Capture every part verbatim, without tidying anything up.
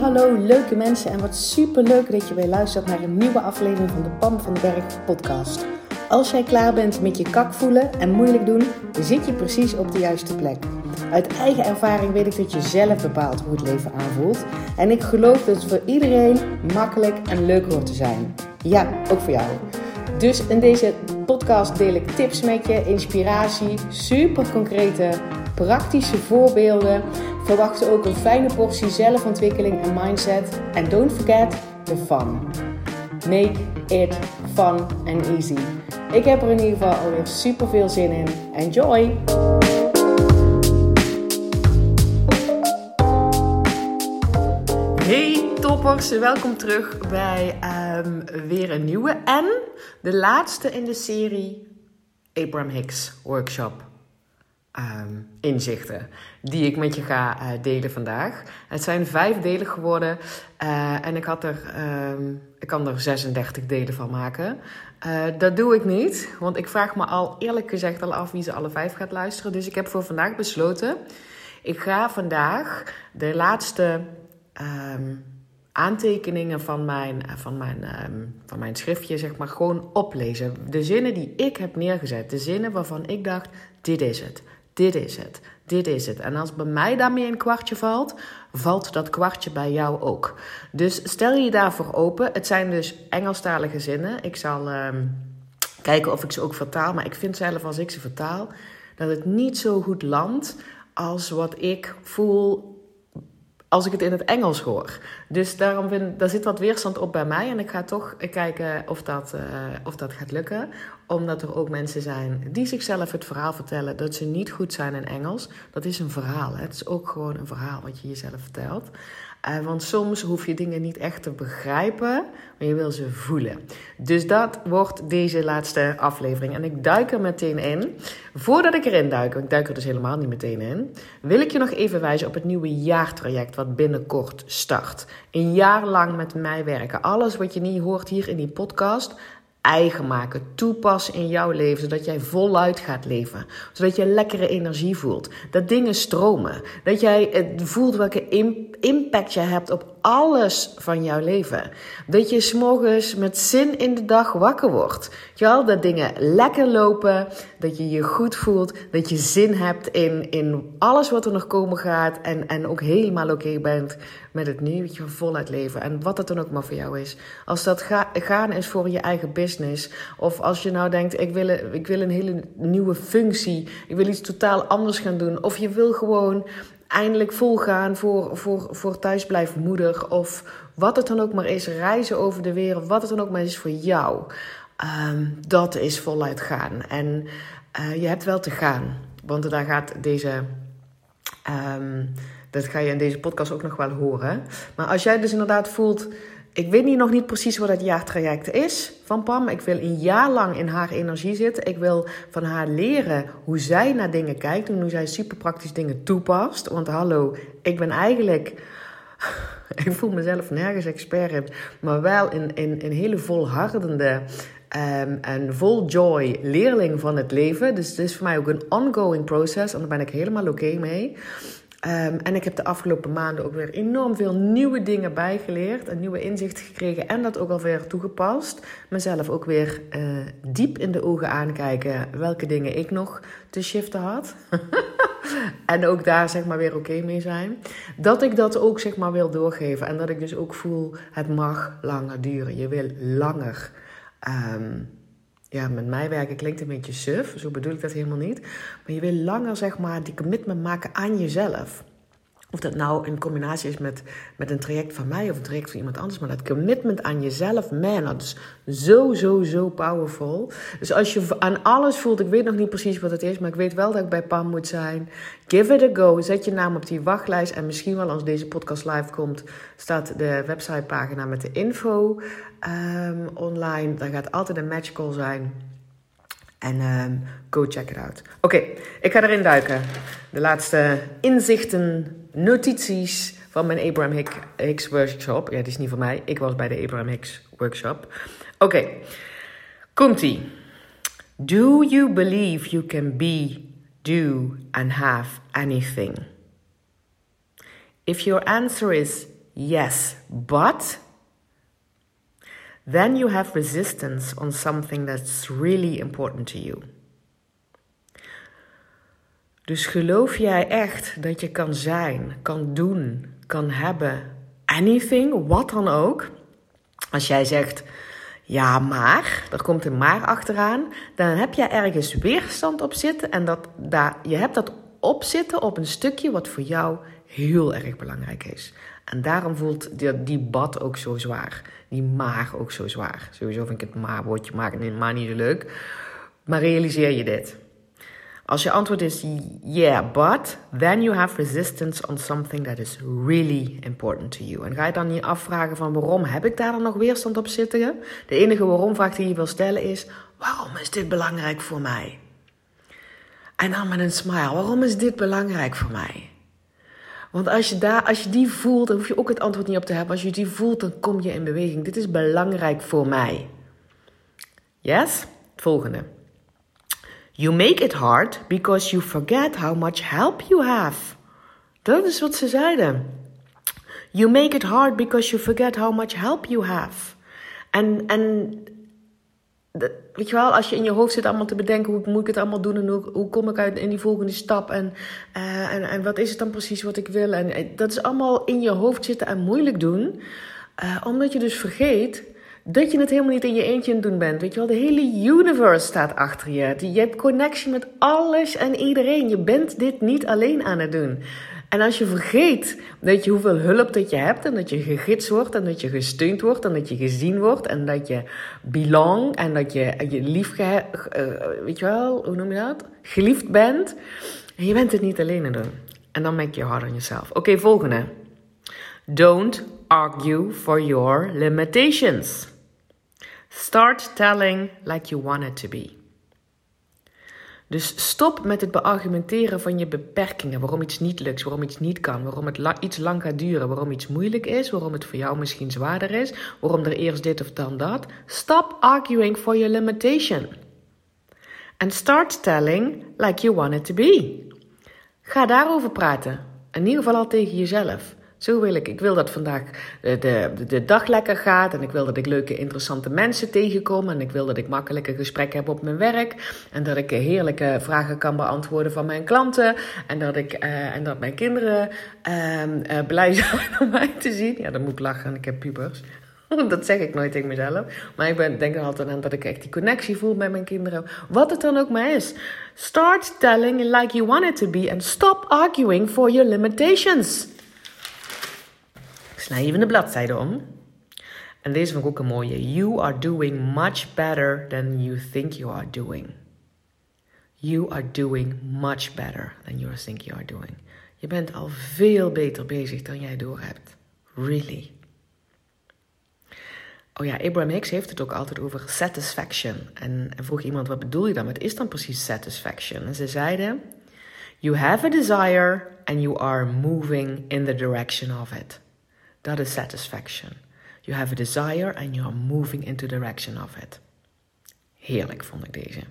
hallo leuke mensen en wat super leuk dat je weer luistert naar een nieuwe aflevering van de Pam van den Berg podcast. Als jij klaar bent met je kak voelen en moeilijk doen, dan zit je precies op de juiste plek. Uit eigen ervaring weet ik dat je zelf bepaalt hoe het leven aanvoelt. En ik geloof dat het voor iedereen makkelijk en leuk hoort te zijn. Ja, ook voor jou. Dus in deze podcast deel ik tips met je, inspiratie, super concrete, praktische voorbeelden. Verwacht ook een fijne portie zelfontwikkeling en mindset. En don't forget the fun. Make it fun and easy. Ik heb er in ieder geval alweer super veel zin in. Enjoy! Hey toppers, welkom terug bij um, weer een nieuwe en de laatste in de serie Abraham Hicks Workshop um, inzichten die ik met je ga uh, delen vandaag. Het zijn vijf delen geworden uh, en ik, had er, um, ik kan er zesendertig delen van maken. Uh, dat doe ik niet, want ik vraag me al eerlijk gezegd al af wie ze alle vijf gaat luisteren. Dus ik heb voor vandaag besloten, ik ga vandaag de laatste Um, aantekeningen van mijn, van, mijn, um, van mijn schriftje zeg maar gewoon oplezen. De zinnen die ik heb neergezet. De zinnen waarvan ik dacht, dit is het. Dit is het. Dit is het. En als bij mij daarmee een kwartje valt, valt dat kwartje bij jou ook. Dus stel je daarvoor open. Het zijn dus Engelstalige zinnen. Ik zal um, kijken of ik ze ook vertaal. Maar ik vind zelf als ik ze vertaal, dat het niet zo goed landt als wat ik voel als ik het in het Engels hoor. Dus daarom vind, daar zit wat weerstand op bij mij. En ik ga toch kijken of dat, uh, of dat gaat lukken. Omdat er ook mensen zijn die zichzelf het verhaal vertellen dat ze niet goed zijn in Engels. Dat is een verhaal. Hè? Het is ook gewoon een verhaal wat je jezelf vertelt. Uh, want soms hoef je dingen niet echt te begrijpen, maar je wil ze voelen. Dus dat wordt deze laatste aflevering. En ik duik er meteen in. Voordat ik erin duik, ik duik er dus helemaal niet meteen in, wil ik je nog even wijzen op het nieuwe jaartraject wat binnenkort start. Een jaar lang met mij werken. Alles wat je niet hoort hier in die podcast, eigen maken, toepassen in jouw leven, zodat jij voluit gaat leven. Zodat je lekkere energie voelt. Dat dingen stromen. Dat jij voelt welke impact je hebt op alles van jouw leven. Dat je 's morgens met zin in de dag wakker wordt. Ja, dat dingen lekker lopen. Dat je je goed voelt. Dat je zin hebt in, in alles wat er nog komen gaat. En, en ook helemaal oké okay bent met het nu. Dat je voluit leven. En wat het dan ook maar voor jou is. Als dat ga, gaan is voor je eigen business. Of als je nou denkt, ik wil, ik wil een hele nieuwe functie. Ik wil iets totaal anders gaan doen. Of je wil gewoon eindelijk volgaan voor, voor, voor thuisblijfmoeder. Of wat het dan ook maar is. Reizen over de wereld. Wat het dan ook maar is voor jou. Um, dat is voluit gaan. En uh, je hebt wel te gaan. Want daar gaat deze Um, dat ga je in deze podcast ook nog wel horen. Maar als jij dus inderdaad voelt, ik weet niet, nog niet precies wat het jaartraject is van Pam. Ik wil een jaar lang in haar energie zitten. Ik wil van haar leren hoe zij naar dingen kijkt. En hoe zij super praktisch dingen toepast. Want hallo, ik ben eigenlijk, ik voel mezelf nergens expert in. Maar wel een, een, een hele volhardende Um, en vol joy leerling van het leven. Dus het is voor mij ook een ongoing proces. En daar ben ik helemaal oké okay mee. Um, en ik heb de afgelopen maanden ook weer enorm veel nieuwe dingen bijgeleerd. En nieuwe inzichten gekregen. En dat ook alweer toegepast. Mezelf ook weer uh, diep in de ogen aankijken. Welke dingen ik nog te shiften had. En ook daar zeg maar weer oké okay mee zijn. Dat ik dat ook zeg maar wil doorgeven. En dat ik dus ook voel, het mag langer duren. Je wil langer Um, ja, met mij werken klinkt een beetje suf, zo bedoel ik dat helemaal niet. Maar je wil langer zeg maar die commitment maken aan jezelf. Of dat nou een combinatie is met, met een traject van mij of een traject van iemand anders. Maar dat commitment aan jezelf, man, dat is zo, zo, zo powerful. Dus als je aan alles voelt, ik weet nog niet precies wat het is, maar ik weet wel dat ik bij Pam moet zijn. Give it a go. Zet je naam op die wachtlijst. En misschien wel als deze podcast live komt, staat de websitepagina met de info um, online. Daar gaat altijd een matchcall zijn. En um, go check it out. Oké, okay, ik ga erin duiken. De laatste inzichten, notities van mijn Abraham Hicks Workshop. Ja, die is niet van mij. Ik was bij de Abraham Hicks Workshop. Oké, okay. Komt-ie. Do you believe you can be, do and have anything? If your answer is yes, but then you have resistance on something that's really important to you. Dus geloof jij echt dat je kan zijn, kan doen, kan hebben, anything, wat dan ook? Als jij zegt, ja maar, er komt een maar achteraan, dan heb jij ergens weerstand op zitten en dat, daar, je hebt dat op zitten op een stukje wat voor jou heel erg belangrijk is. En daarom voelt die, die bad ook zo zwaar, die maar ook zo zwaar. Sowieso vind ik het maar woordje maken en maar niet zo leuk, maar realiseer je dit. Als je antwoord is yeah, but, then you have resistance on something that is really important to you. En ga je dan niet afvragen van waarom heb ik daar dan nog weerstand op zitten? De enige waarom-vraag die je wil stellen is, waarom is dit belangrijk voor mij? En dan met een smile, waarom is dit belangrijk voor mij? Want als je, daar, als je die voelt, dan hoef je ook het antwoord niet op te hebben. Als je die voelt, dan kom je in beweging. Dit is belangrijk voor mij. Yes? Het volgende. You make it hard because you forget how much help you have. Dat is wat ze zeiden. You make it hard because you forget how much help you have. En, en weet je wel, als je in je hoofd zit allemaal te bedenken, hoe moet ik het allemaal doen en hoe, hoe kom ik uit in die volgende stap en, uh, en, en wat is het dan precies wat ik wil. En uh, dat is allemaal in je hoofd zitten en moeilijk doen, uh, omdat je dus vergeet dat je het helemaal niet in je eentje aan het doen bent. Weet je wel, de hele universe staat achter je. Je hebt connectie met alles en iedereen. Je bent dit niet alleen aan het doen. En als je vergeet dat je hoeveel hulp dat je hebt en dat je gegidst wordt en dat je gesteund wordt en dat je gezien wordt en dat je belong en dat je, je lief, uh, weet je wel, hoe noem je dat? Geliefd bent. En je bent het niet alleen aan het doen. En dan make you hard on yourself. Oké, okay, volgende. Don't argue for your limitations. Start telling like you want it to be. Dus stop met het beargumenteren van je beperkingen. Waarom iets niet lukt, waarom iets niet kan. Waarom het la- iets lang gaat duren. Waarom iets moeilijk is. Waarom het voor jou misschien zwaarder is. Waarom er eerst dit of dan dat. Stop arguing for your limitation. And start telling like you want it to be. Ga daarover praten. In ieder geval al tegen jezelf. Zo wil ik. Ik wil dat vandaag de, de, de dag lekker gaat. En ik wil dat ik leuke, interessante mensen tegenkom. En ik wil dat ik makkelijke gesprekken heb op mijn werk. En dat ik heerlijke vragen kan beantwoorden van mijn klanten. En dat, ik, uh, en dat mijn kinderen uh, uh, blij zijn om mij te zien. Ja, dan moet ik lachen. Ik heb pubers. Dat zeg ik nooit tegen mezelf. Maar ik ben, denk er altijd aan dat ik echt die connectie voel met mijn kinderen. Wat het dan ook maar is. Start telling like you want it to be. And stop arguing for your limitations. Ik sla even de bladzijde om. En deze vind ik ook een mooie. You are doing much better than you think you are doing. You are doing much better than you think you are doing. Je bent al veel beter bezig dan jij doorhebt. Really. Oh ja, Abraham Hicks heeft het ook altijd over satisfaction. En, en vroeg iemand, wat bedoel je dan? Wat is dan precies satisfaction? En ze zeiden, you have a desire and you are moving in the direction of it. Dat is satisfaction. You have a desire and you are moving into the direction of it. Heerlijk vond ik deze.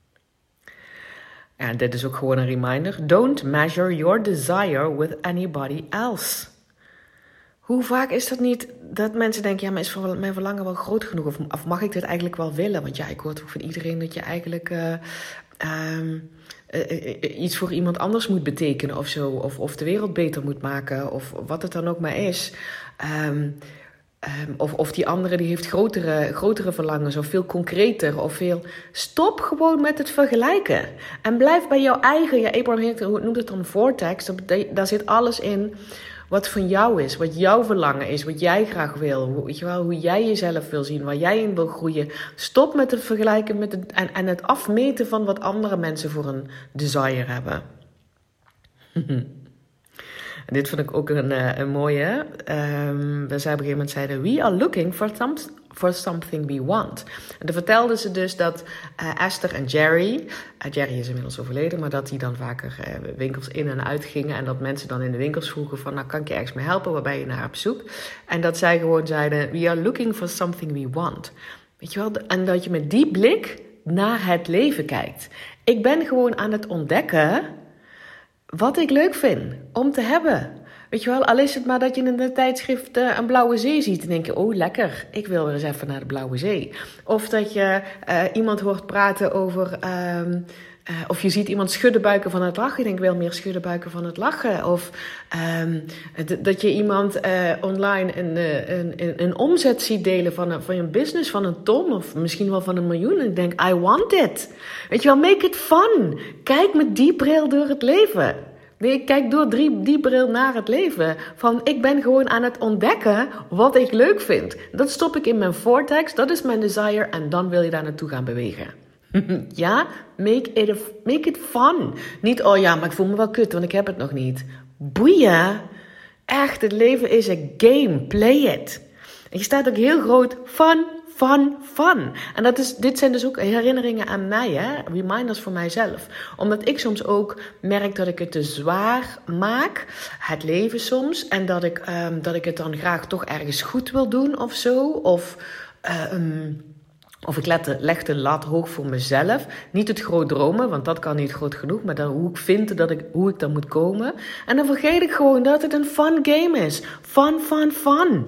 En dit is ook gewoon een reminder. Don't measure your desire with anybody else. Hoe vaak is dat niet dat mensen denken, ja, maar is mijn verlangen wel groot genoeg? Of, of mag ik dit eigenlijk wel willen? Want ja, ik hoor toch van iedereen dat je eigenlijk uh, um, uh, uh, iets voor iemand anders moet betekenen of zo. Of, of de wereld beter moet maken. Of wat het dan ook maar is. Um, um, of, of die andere die heeft grotere, grotere verlangens of veel concreter. Of veel. Stop gewoon met het vergelijken. En blijf bij jouw eigen, ja, Abraham noemt het dan vortex. Daar zit alles in. Wat van jou is, wat jouw verlangen is, wat jij graag wil. Weet je wel, hoe jij jezelf wil zien, waar jij in wil groeien. Stop met het vergelijken met het, en, en het afmeten van wat andere mensen voor een desire hebben. En dit vond ik ook een, een mooie. Um, we zeiden op een gegeven moment, zeiden, we are looking for, some, for something we want. En dan vertelden ze dus dat uh, Esther en Jerry, uh, Jerry is inmiddels overleden, maar dat die dan vaker uh, winkels in en uit gingen. En dat mensen dan in de winkels vroegen van, nou, kan ik je ergens mee helpen? Waar ben je naar op zoek? En dat zij gewoon zeiden, we are looking for something we want. Weet je wel? En dat je met die blik naar het leven kijkt. Ik ben gewoon aan het ontdekken wat ik leuk vind om te hebben. Weet je wel, al is het maar dat je in een tijdschrift uh, een blauwe zee ziet. En denk je, oh lekker, ik wil weer eens even naar de blauwe zee. Of dat je uh, iemand hoort praten over... Um, Uh, of je ziet iemand schuddenbuiken van het lachen. Je denkt, wel meer schuddenbuiken van het lachen. Of um, d- dat je iemand uh, online een, een, een, een omzet ziet delen van een, van een business van een ton. Of misschien wel van een miljoen. En ik denk, I want it. Weet je wel, make it fun. Kijk met die bril door het leven. Nee, ik kijk door die, die bril naar het leven. Van, ik ben gewoon aan het ontdekken wat ik leuk vind. Dat stop ik in mijn vortex. Dat is mijn desire. En dan wil je daar naartoe gaan bewegen. Ja, make it, a, make it fun. Niet, oh ja, maar ik voel me wel kut, want ik heb het nog niet. Boeien. Echt, het leven is een game. Play it. En je staat ook heel groot, fun, fun, fun. En dat is, dit zijn dus ook herinneringen aan mij, hè? Reminders voor mijzelf. Omdat ik soms ook merk dat ik het te zwaar maak, het leven soms. En dat ik, um, dat ik het dan graag toch ergens goed wil doen of zo. Of... Um, Of ik leg de, leg de lat hoog voor mezelf. Niet het groot dromen, want dat kan niet groot genoeg. Maar dan hoe ik vind dat ik, hoe ik daar moet komen. En dan vergeet ik gewoon dat het een fun game is. Fun, fun, fun.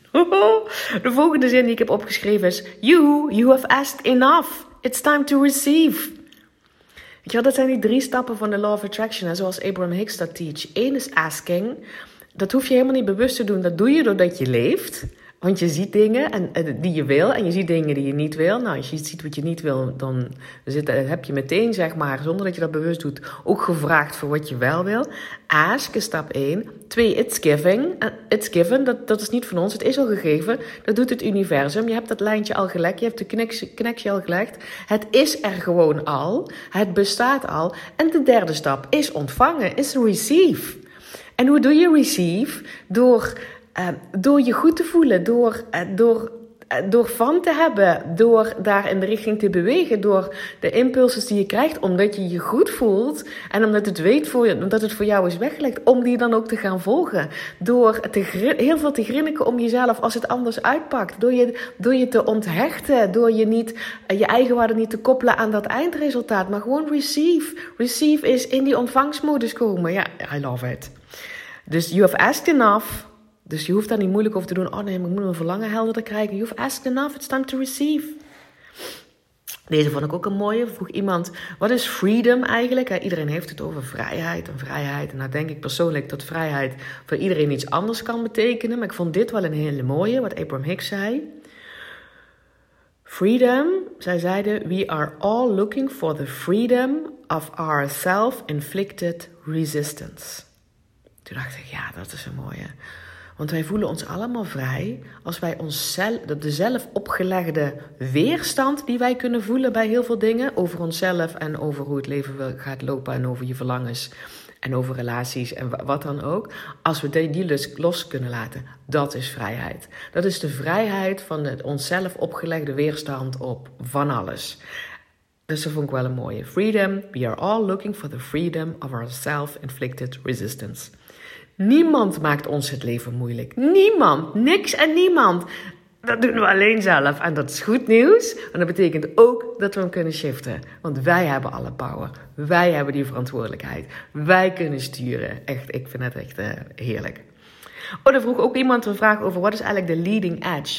De volgende zin die ik heb opgeschreven is... You, you have asked enough. It's time to receive. Weet je wel, dat zijn die drie stappen van de Law of Attraction. Hè, zoals Abraham Hicks dat teach. Eén is asking. Dat hoef je helemaal niet bewust te doen. Dat doe je doordat je leeft... Want je ziet dingen en, uh, die je wil en je ziet dingen die je niet wil. Nou, als je ziet wat je niet wil, dan zit, uh, heb je meteen, zeg maar, zonder dat je dat bewust doet, ook gevraagd voor wat je wel wil. Ask is stap één. Twee, it's giving. Uh, it's given, dat, dat is niet van ons, het is al gegeven. Dat doet het universum. Je hebt dat lijntje al gelegd, je hebt de connectie, connectie al gelegd. Het is er gewoon al. Het bestaat al. En de derde stap is ontvangen, is receive. En hoe doe je receive? Door... Uh, door je goed te voelen, door, uh, door, uh, door van te hebben, door daar in de richting te bewegen, door de impulsen die je krijgt, omdat je je goed voelt en omdat het, weet voor je, omdat het voor jou is weggelegd, om die dan ook te gaan volgen. Door te grin, heel veel te grinniken om jezelf als het anders uitpakt, door je, door je te onthechten, door je, niet, uh, je eigen waarde niet te koppelen aan dat eindresultaat, maar gewoon receive. Receive is in die ontvangstmodus komen. Ja, I love it. Dus you have asked enough. Dus je hoeft daar niet moeilijk over te doen. Oh nee, maar ik moet mijn verlangen helderder krijgen. You've asked enough, it's time to receive. Deze vond ik ook een mooie. Vroeg iemand, wat is freedom eigenlijk? Ja, iedereen heeft het over vrijheid en vrijheid. En nou denk ik persoonlijk dat vrijheid voor iedereen iets anders kan betekenen. Maar ik vond dit wel een hele mooie, wat Abraham Hicks zei. Freedom, zij zeiden, we are all looking for the freedom of our self-inflicted resistance. Toen dacht ik, ja, dat is een mooie. Want wij voelen ons allemaal vrij als wij onszelf, de zelf opgelegde weerstand die wij kunnen voelen bij heel veel dingen, over onszelf en over hoe het leven gaat lopen en over je verlangens en over relaties en wat dan ook. Als we die, die los kunnen laten, dat is vrijheid. Dat is de vrijheid van de onszelf opgelegde weerstand op van alles. Dus dat vond ik wel een mooie. Freedom, we are all looking for the freedom of our self-inflicted resistance. Niemand maakt ons het leven moeilijk. Niemand. Niks en niemand. Dat doen we alleen zelf. En dat is goed nieuws. En dat betekent ook dat we hem kunnen shiften. Want wij hebben alle power. Wij hebben die verantwoordelijkheid. Wij kunnen sturen. Echt, ik vind het echt uh, heerlijk. Oh, er vroeg ook iemand een vraag over wat is eigenlijk de leading edge.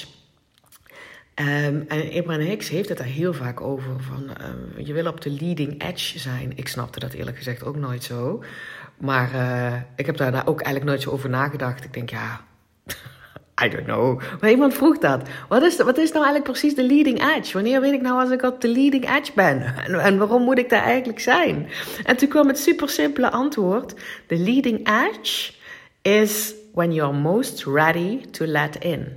Um, en Abraham Hicks heeft het daar heel vaak over. Van, um, je wil op de leading edge zijn. Ik snapte dat eerlijk gezegd ook nooit zo. Maar uh, ik heb daar ook eigenlijk nooit zo over nagedacht. Ik denk, ja, I don't know. Maar iemand vroeg dat. Wat is, wat is nou eigenlijk precies de leading edge? Wanneer weet ik nou als ik op de leading edge ben? En, en waarom moet ik daar eigenlijk zijn? En toen kwam het super simpele antwoord. The leading edge is when you're most ready to let in.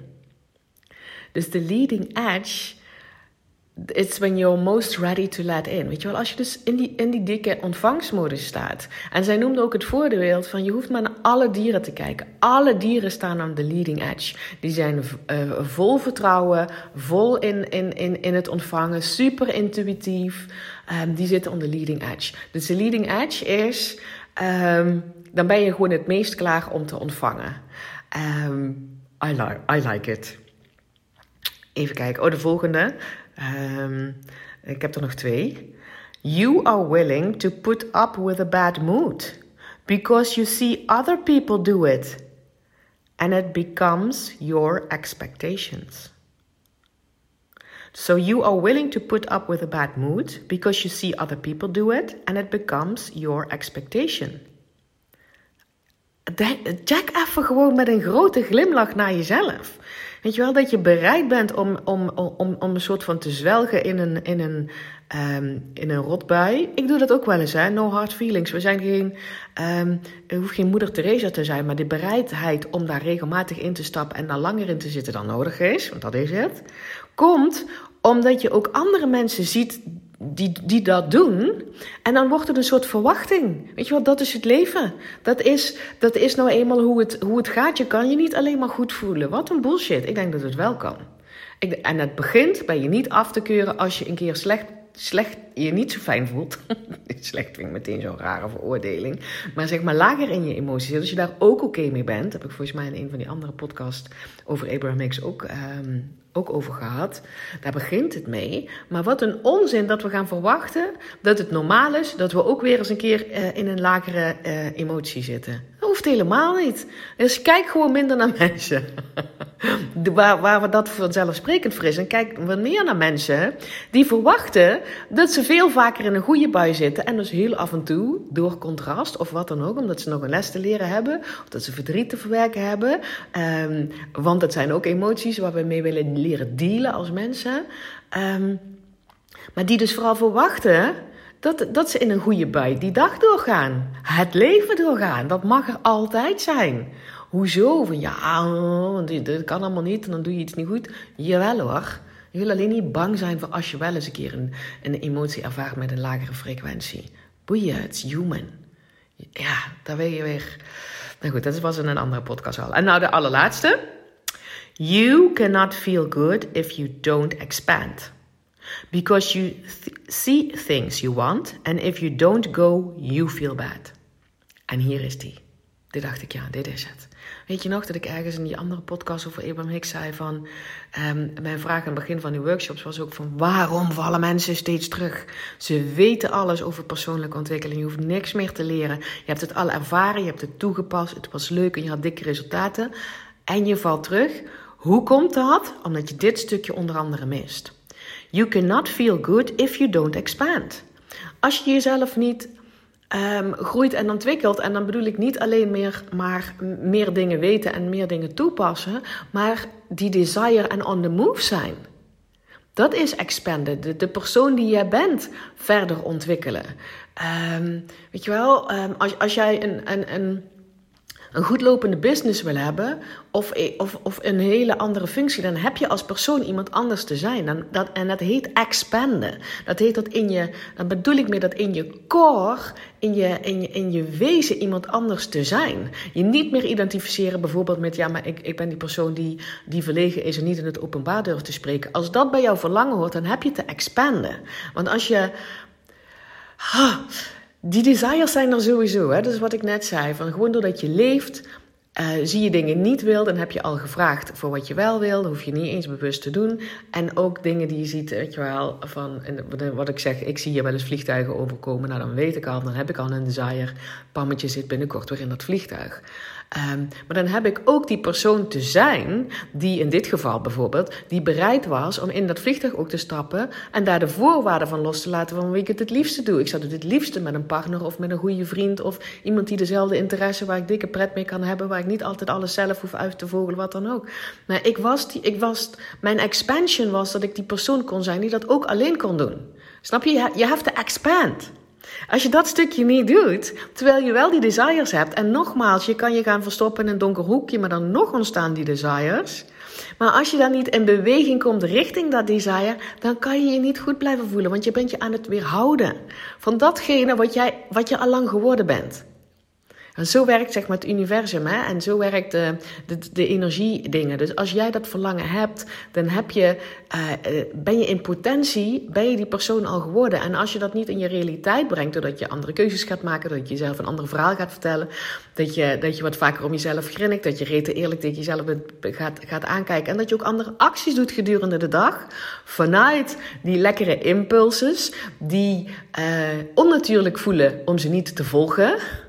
Dus de leading edge, it's when you're most ready to let in. Weet je wel, als je dus in die, in die dikke ontvangstmodus staat. En zij noemde ook het voorbeeld van je hoeft maar naar alle dieren te kijken. Alle dieren staan aan de leading edge. Die zijn uh, vol vertrouwen, vol in, in, in, in het ontvangen, super intuïtief. Um, die zitten on de leading edge. Dus de leading edge is, um, dan ben je gewoon het meest klaar om te ontvangen. Um, I, like, I like it. Even kijken. Oh, de volgende. Um, ik heb er nog twee. You are willing to put up with a bad mood. because you see other people do it. And it becomes your expectations. So you are willing to put up with a bad mood because you see other people do it. And it becomes your expectation. Check even gewoon met een grote glimlach naar jezelf. Weet je wel, dat je bereid bent om, om, om, om een soort van te zwelgen in een, in een, um, in een rotbui. Ik doe dat ook wel eens, hè. No hard feelings. We zijn geen, um, je hoeft geen moeder Teresa te zijn, maar de bereidheid om daar regelmatig in te stappen en daar langer in te zitten dan nodig is, want dat is het, komt omdat je ook andere mensen ziet die, die dat doen. En dan wordt het een soort verwachting. Weet je wat, dat is het leven. Dat is, dat is nou eenmaal hoe het, hoe het gaat. Je kan je niet alleen maar goed voelen. Wat een bullshit. Ik denk dat het wel kan. Ik, en het begint bij je niet af te keuren als je een keer slecht, slecht je niet zo fijn voelt. Slecht vind ik meteen zo'n rare veroordeling. Maar zeg maar lager in je emoties. Als je daar ook oké mee bent. Heb ik volgens mij in een van die andere podcasts over Abraham Hicks ook... Um, ook over gehad. Daar begint het mee. Maar wat een onzin dat we gaan verwachten dat het normaal is dat we ook weer eens een keer uh, in een lagere uh, emotie zitten. Dat hoeft helemaal niet. Dus kijk gewoon minder naar mensen. waar, waar we dat vanzelfsprekend voor is. En kijk wat meer naar mensen die verwachten dat ze veel vaker in een goede bui zitten. En dus heel af en toe, door contrast of wat dan ook, omdat ze nog een les te leren hebben. Of dat ze verdriet te verwerken hebben. Um, want dat zijn ook emoties waar we mee willen leren dealen als mensen. Um, maar die dus vooral verwachten dat, dat ze in een goede bui die dag doorgaan. Het leven doorgaan. Dat mag er altijd zijn. Hoezo? Van ja, want dat kan allemaal niet en dan doe je iets niet goed. Jawel hoor. Je wil alleen niet bang zijn voor als je wel eens een keer een, een emotie ervaart met een lagere frequentie. Boeien, it's human. Ja, daar wil je weer... Nou goed, dat was in een andere podcast al. En nou de allerlaatste. You cannot feel good if you don't expand. Because you th- see things you want. And if you don't go, you feel bad. En hier is die. Dit dacht ik, ja, dit is het. Weet je nog dat ik ergens in die andere podcast over Abraham Hicks zei van... Um, mijn vraag aan het begin van die workshops was ook van... waarom vallen mensen steeds terug? Ze weten alles over persoonlijke ontwikkeling. Je hoeft niks meer te leren. Je hebt het al ervaren, je hebt het toegepast. Het was leuk en je had dikke resultaten. En je valt terug. Hoe komt dat? Omdat je dit stukje onder andere mist. You cannot feel good if you don't expand. Als je jezelf niet... Um, groeit en ontwikkelt. En dan bedoel ik niet alleen meer, maar meer dingen weten en meer dingen toepassen. Maar die desire en on the move zijn. Dat is expanden. De, de persoon die jij bent verder ontwikkelen. Um, weet je wel, um, als, als jij een... een, een een goed lopende business wil hebben of, of, of een hele andere functie, dan heb je als persoon iemand anders te zijn. Dan, dat, en dat heet expanden. Dat heet dat in je, dan bedoel ik meer dat in je core, in je, in je, in je wezen iemand anders te zijn. Je niet meer identificeren bijvoorbeeld met, ja, maar ik, ik ben die persoon die, die verlegen is en niet in het openbaar durft te spreken. Als dat bij jouw verlangen hoort, dan heb je te expanden. Want als je... Ha, die desires zijn er sowieso, hè? Dat is wat ik net zei. Van gewoon doordat je leeft, uh, zie je dingen niet wil, dan heb je al gevraagd voor wat je wel wil. Dat hoef je niet eens bewust te doen. En ook dingen die je ziet, weet je wel, van, en wat ik zeg, ik zie hier wel eens vliegtuigen overkomen. Nou, dan weet ik al, dan heb ik al een desire. Pammetje zit binnenkort weer in dat vliegtuig. Um, maar dan heb ik ook die persoon te zijn, die in dit geval bijvoorbeeld, die bereid was om in dat vliegtuig ook te stappen en daar de voorwaarden van los te laten van wie ik het het liefste doe. Ik zou het het liefste met een partner of met een goede vriend of iemand die dezelfde interesse, waar ik dikke pret mee kan hebben, waar ik niet altijd alles zelf hoef uit te vogelen, wat dan ook. Maar ik was die, ik was, mijn expansion was dat ik die persoon kon zijn die dat ook alleen kon doen. Snap je? Je have to expand. Als je dat stukje niet doet, terwijl je wel die desires hebt, en nogmaals, je kan je gaan verstoppen in een donker hoekje, maar dan nog ontstaan die desires. Maar als je dan niet in beweging komt richting dat desire, dan kan je je niet goed blijven voelen, want je bent je aan het weerhouden van datgene wat, jij, wat je al lang geworden bent. En zo werkt zeg maar het universum, hè? En zo werkt de, de, de energiedingen. Dus als jij dat verlangen hebt, dan heb je, uh, ben je in potentie, ben je die persoon al geworden. En als je dat niet in je realiteit brengt, doordat je andere keuzes gaat maken, dat je jezelf een ander verhaal gaat vertellen, dat je, dat je wat vaker om jezelf grinnikt, dat je rete eerlijk tegen jezelf gaat, gaat aankijken en dat je ook andere acties doet gedurende de dag, vanuit die lekkere impulses, die uh, onnatuurlijk voelen om ze niet te volgen.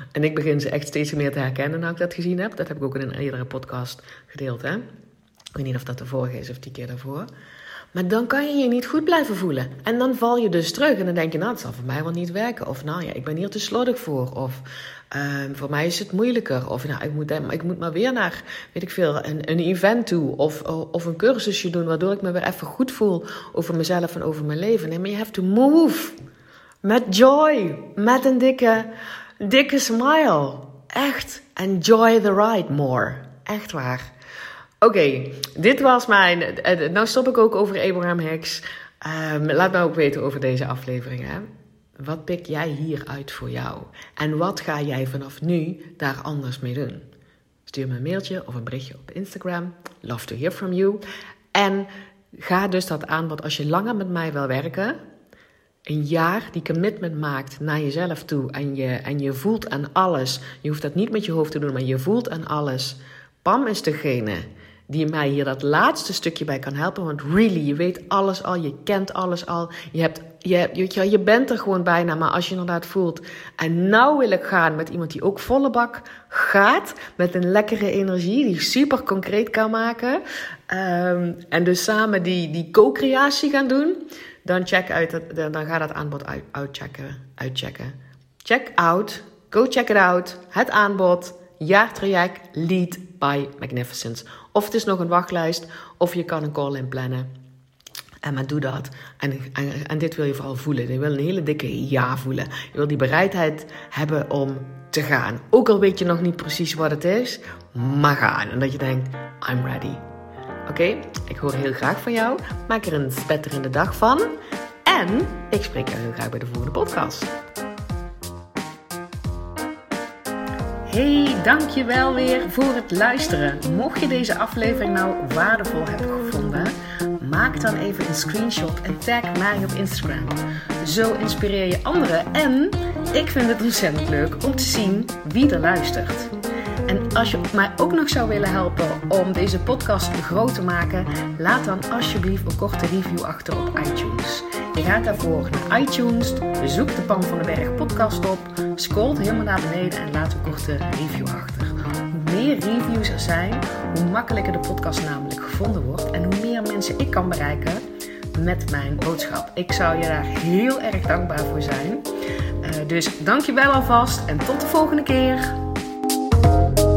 En ik begin ze echt steeds meer te herkennen nou ik dat gezien heb. Dat heb ik ook in een eerdere podcast gedeeld. Hè? Ik weet niet of dat de vorige is of die keer daarvoor. Maar dan kan je je niet goed blijven voelen. En dan val je dus terug. En dan denk je, nou, het zal voor mij wel niet werken. Of nou ja, ik ben hier te slordig voor. Of uh, voor mij is het moeilijker. Of nou, ik moet, ik moet maar weer naar, weet ik veel, een, een event toe. Of, of een cursusje doen, waardoor ik me weer even goed voel over mezelf en over mijn leven. Nee, maar je have to move. Met joy. Met een dikke, dikke smile. Echt. Enjoy the ride more. Echt waar. Oké, okay, dit was mijn... Uh, nou stop ik ook over Abraham Hicks. Um, laat me ook weten over deze aflevering. Hè? Wat pik jij hieruit voor jou? En wat ga jij vanaf nu daar anders mee doen? Stuur me een mailtje of een berichtje op Instagram. Love to hear from you. En ga dus dat aanbod als je langer met mij wil werken. Een jaar die commitment maakt naar jezelf toe. En je, en je voelt aan alles. Je hoeft dat niet met je hoofd te doen, maar je voelt aan alles. Pam is degene die mij hier dat laatste stukje bij kan helpen. Want really, je weet alles al, je kent alles al. Je, hebt, je, je, je bent er gewoon bijna, maar als je inderdaad voelt... en nou wil ik gaan met iemand die ook volle bak gaat... met een lekkere energie, die super concreet kan maken... Um, en dus samen die, die co-creatie gaan doen... dan, check uit het, dan ga dat aanbod uit, uitchecken, uitchecken. Check out, go check it out, het aanbod... jaartraject Lead by Magnificence. Of het is nog een wachtlijst, of je kan een call inplannen. En maar doe dat. En, en, en dit wil je vooral voelen. Je wil een hele dikke ja voelen. Je wil die bereidheid hebben om te gaan. Ook al weet je nog niet precies wat het is, maar gaan. En dat je denkt, I'm ready. Oké, okay? Ik hoor heel graag van jou. Maak er een spetterende dag van. En ik spreek jou heel graag bij de volgende podcast. Hey, dankjewel weer voor het luisteren. Mocht je deze aflevering nou waardevol hebben gevonden, maak dan even een screenshot en tag mij op Instagram. Zo inspireer je anderen en ik vind het ontzettend leuk om te zien wie er luistert. En als je mij ook nog zou willen helpen om deze podcast groot te maken, laat dan alsjeblieft een korte review achter op iTunes. Je gaat daarvoor naar iTunes, zoek de Pam van den Berg podcast op, scrolt helemaal naar beneden en laat een korte review achter. Hoe meer reviews er zijn, hoe makkelijker de podcast namelijk gevonden wordt en hoe meer mensen ik kan bereiken met mijn boodschap. Ik zou je daar heel erg dankbaar voor zijn. Uh, dus dankjewel alvast en tot de volgende keer.